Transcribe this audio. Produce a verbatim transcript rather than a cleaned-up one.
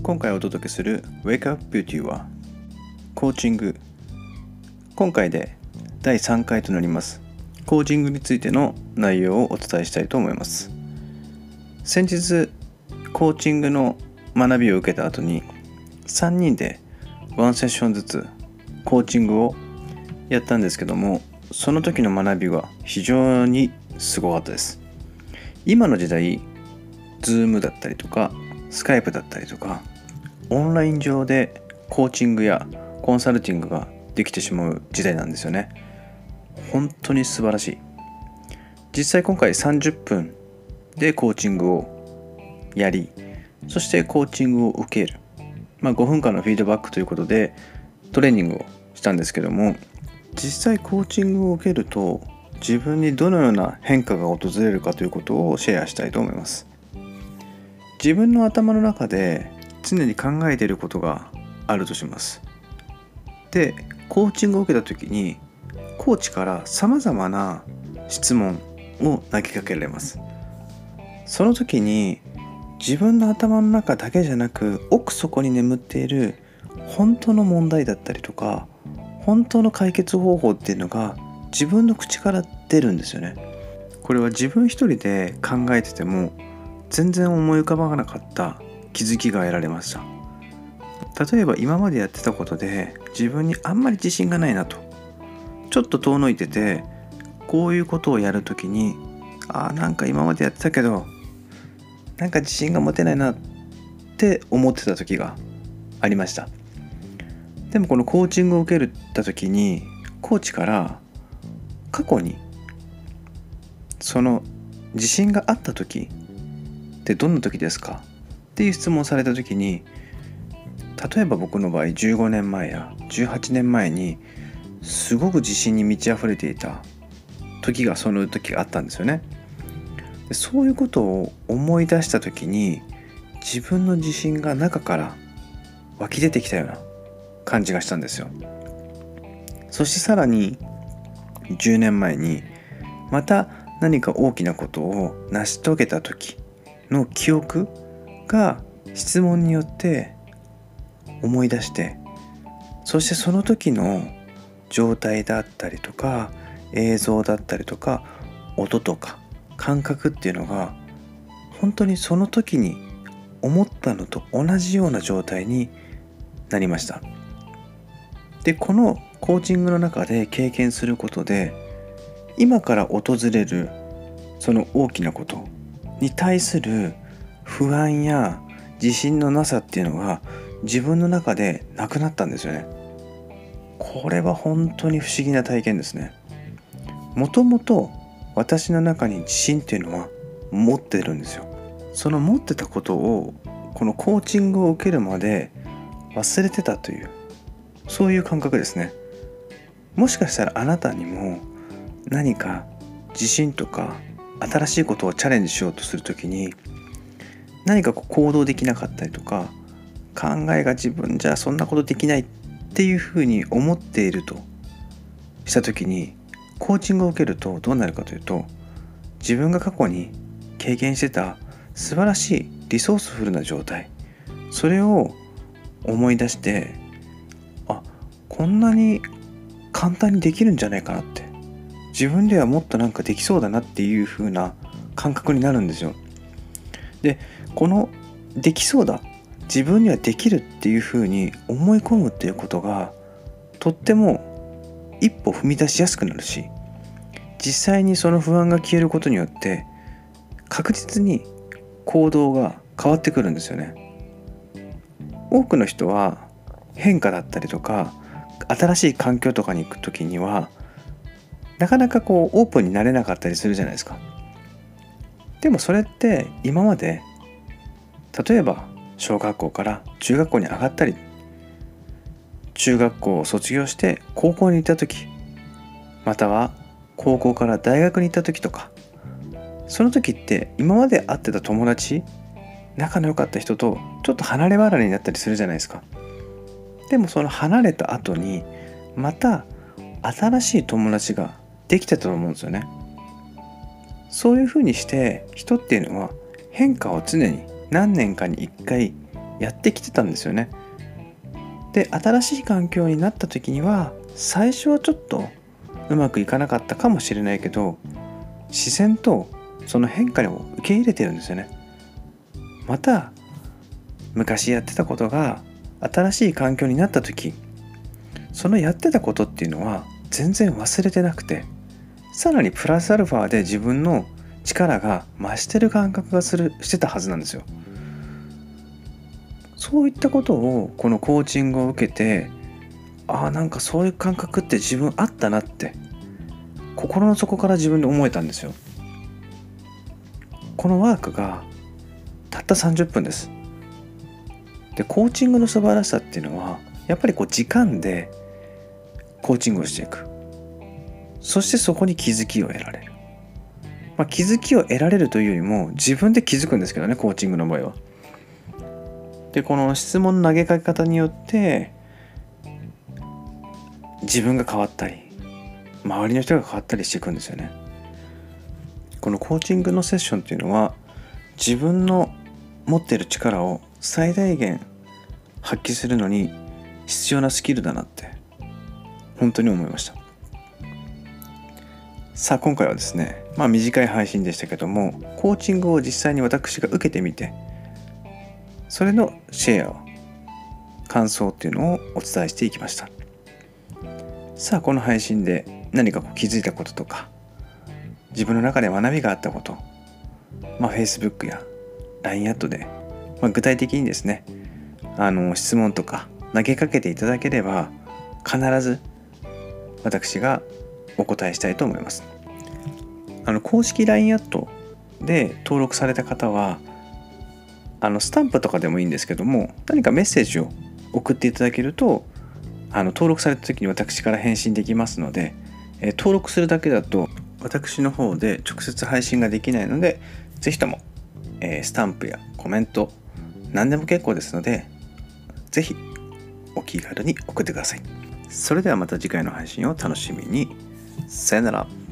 今回お届けする Wake Up Beauty はコーチング。今回でだいさんかいとなります。コーチングについての内容をお伝えしたいと思います。先日コーチングの学びを受けた後にさんにんでワンセッションずつコーチングをやったんですけども、その時の学びは非常にすごかったです。今の時代 Zoom だったりとか Skype だったりとかオンライン上でコーチングやコンサルティングができてしまう時代なんですよね。本当に素晴らしい。実際今回さんじゅっぷんでコーチングをやり、そしてコーチングを受ける、まあ、ごふんかんのフィードバックということでトレーニングをしたんですけども、実際コーチングを受けると自分にどのような変化が訪れるかということをシェアしたいと思います。自分の頭の中で常に考えていることがあるとします。で、コーチングを受けた時にコーチからさまざまな質問を投げかけられます。その時に自分の頭の中だけじゃなく奥底に眠っている本当の問題だったりとか本当の解決方法っていうのが自分の口から出るんですよね。これは自分一人で考えてても全然思い浮かばなかった気づきが得られました。例えば今までやってたことで自分にあんまり自信がないなと、ちょっと遠のいてて、こういうことをやるときにあーなんか今までやってたけどなんか自信が持てないなって思ってた時がありました。でもこのコーチングを受けた時にコーチから過去にその自信があった時ってどんな時ですかっていう質問をされた時に、例えば僕の場合じゅうごねんまえやじゅうはちねんまえにすごく自信に満ち溢れていた時がその時があったんですよね。でそういうことを思い出した時に自分の自信が中から湧き出てきたような感じがしたんですよ。そしてさらにじゅうねんまえにまた何か大きなことを成し遂げた時の記憶が質問によって思い出して、そしてその時の状態だったりとか映像だったりとか音とか感覚っていうのが本当にその時に思ったのと同じような状態になりました。で、このコーチングの中で経験することで今から訪れるその大きなことに対する不安や自信のなさっていうのが自分の中でなくなったんですよね。これは本当に不思議な体験ですね。もともと私の中に自信っていうのは持ってるんですよ。その持ってたことをこのコーチングを受けるまで忘れてたという、そういう感覚ですね。もしかしたらあなたにも何か自信とか新しいことをチャレンジしようとするときに何かこう行動できなかったりとか、考えが自分じゃそんなことできないっていうふうに思っているとしたときに、コーチングを受けるとどうなるかというと、自分が過去に経験してた素晴らしいリソースフルな状態、それを思い出して、あ、こんなに簡単にできるんじゃないかなって、自分ではもっとなんかできそうだなっていう風な感覚になるんですよ。で、このできそうだ、自分にはできるっていう風に思い込むっていうことがとっても一歩踏み出しやすくなるし、実際にその不安が消えることによって確実に行動が変わってくるんですよね。多くの人は変化だったりとか新しい環境とかに行くときにはなかなかこうオープンになれなかったりするじゃないですか。でもそれって今まで例えば小学校から中学校に上がったり、中学校を卒業して高校に行った時、または高校から大学に行った時とか、その時って今まで会ってた友達、仲の良かった人とちょっと離れ離れになったりするじゃないですか。でもその離れた後にまた新しい友達ができてたと思うんですよね。そういうふうにして人っていうのは変化を常に何年かにいっかいやってきてたんですよね。で、新しい環境になった時には最初はちょっとうまくいかなかったかもしれないけど、自然とその変化を受け入れてるんですよね。また昔やってたことが新しい環境になった時、そのやってたことっていうのは全然忘れてなくて、さらにプラスアルファで自分の力が増してる感覚がするしてたはずなんですよ。そういったことをこのコーチングを受けて、ああ、なんかそういう感覚って自分あったなって心の底から自分で思えたんですよ。このワークがたったさんじゅっぷんです。で、コーチングの素晴らしさっていうのはやっぱりこう時間でコーチングをしていく。そしてそこに気づきを得られる。まあ、気づきを得られるというよりも自分で気づくんですけどね、コーチングの場合は。で、この質問の投げかけ方によって自分が変わったり周りの人が変わったりしていくんですよね。このコーチングのセッションっていうのは自分の持っている力を最大限発揮するのに必要なスキルだなって本当に思いました。さあ、今回はですね、まあ短い配信でしたけども、コーチングを実際に私が受けてみて、それのシェアを感想っていうのをお伝えしていきました。さあ、この配信で何かこう気づいたこととか、自分の中で学びがあったこと、まあ Facebook や ライン アットで、まあ、具体的にですね、あの質問とか投げかけていただければ必ず私がお答えしたいと思います。あの公式 ライン アットで登録された方は、あのスタンプとかでもいいんですけども、何かメッセージを送っていただけると、あの登録された時に私から返信できますので、えー、登録するだけだと私の方で直接配信ができないので、ぜひとも、えー、スタンプやコメント何でも結構ですので、ぜひお気軽に送ってください。それではまた次回の配信を楽しみに。さよなら。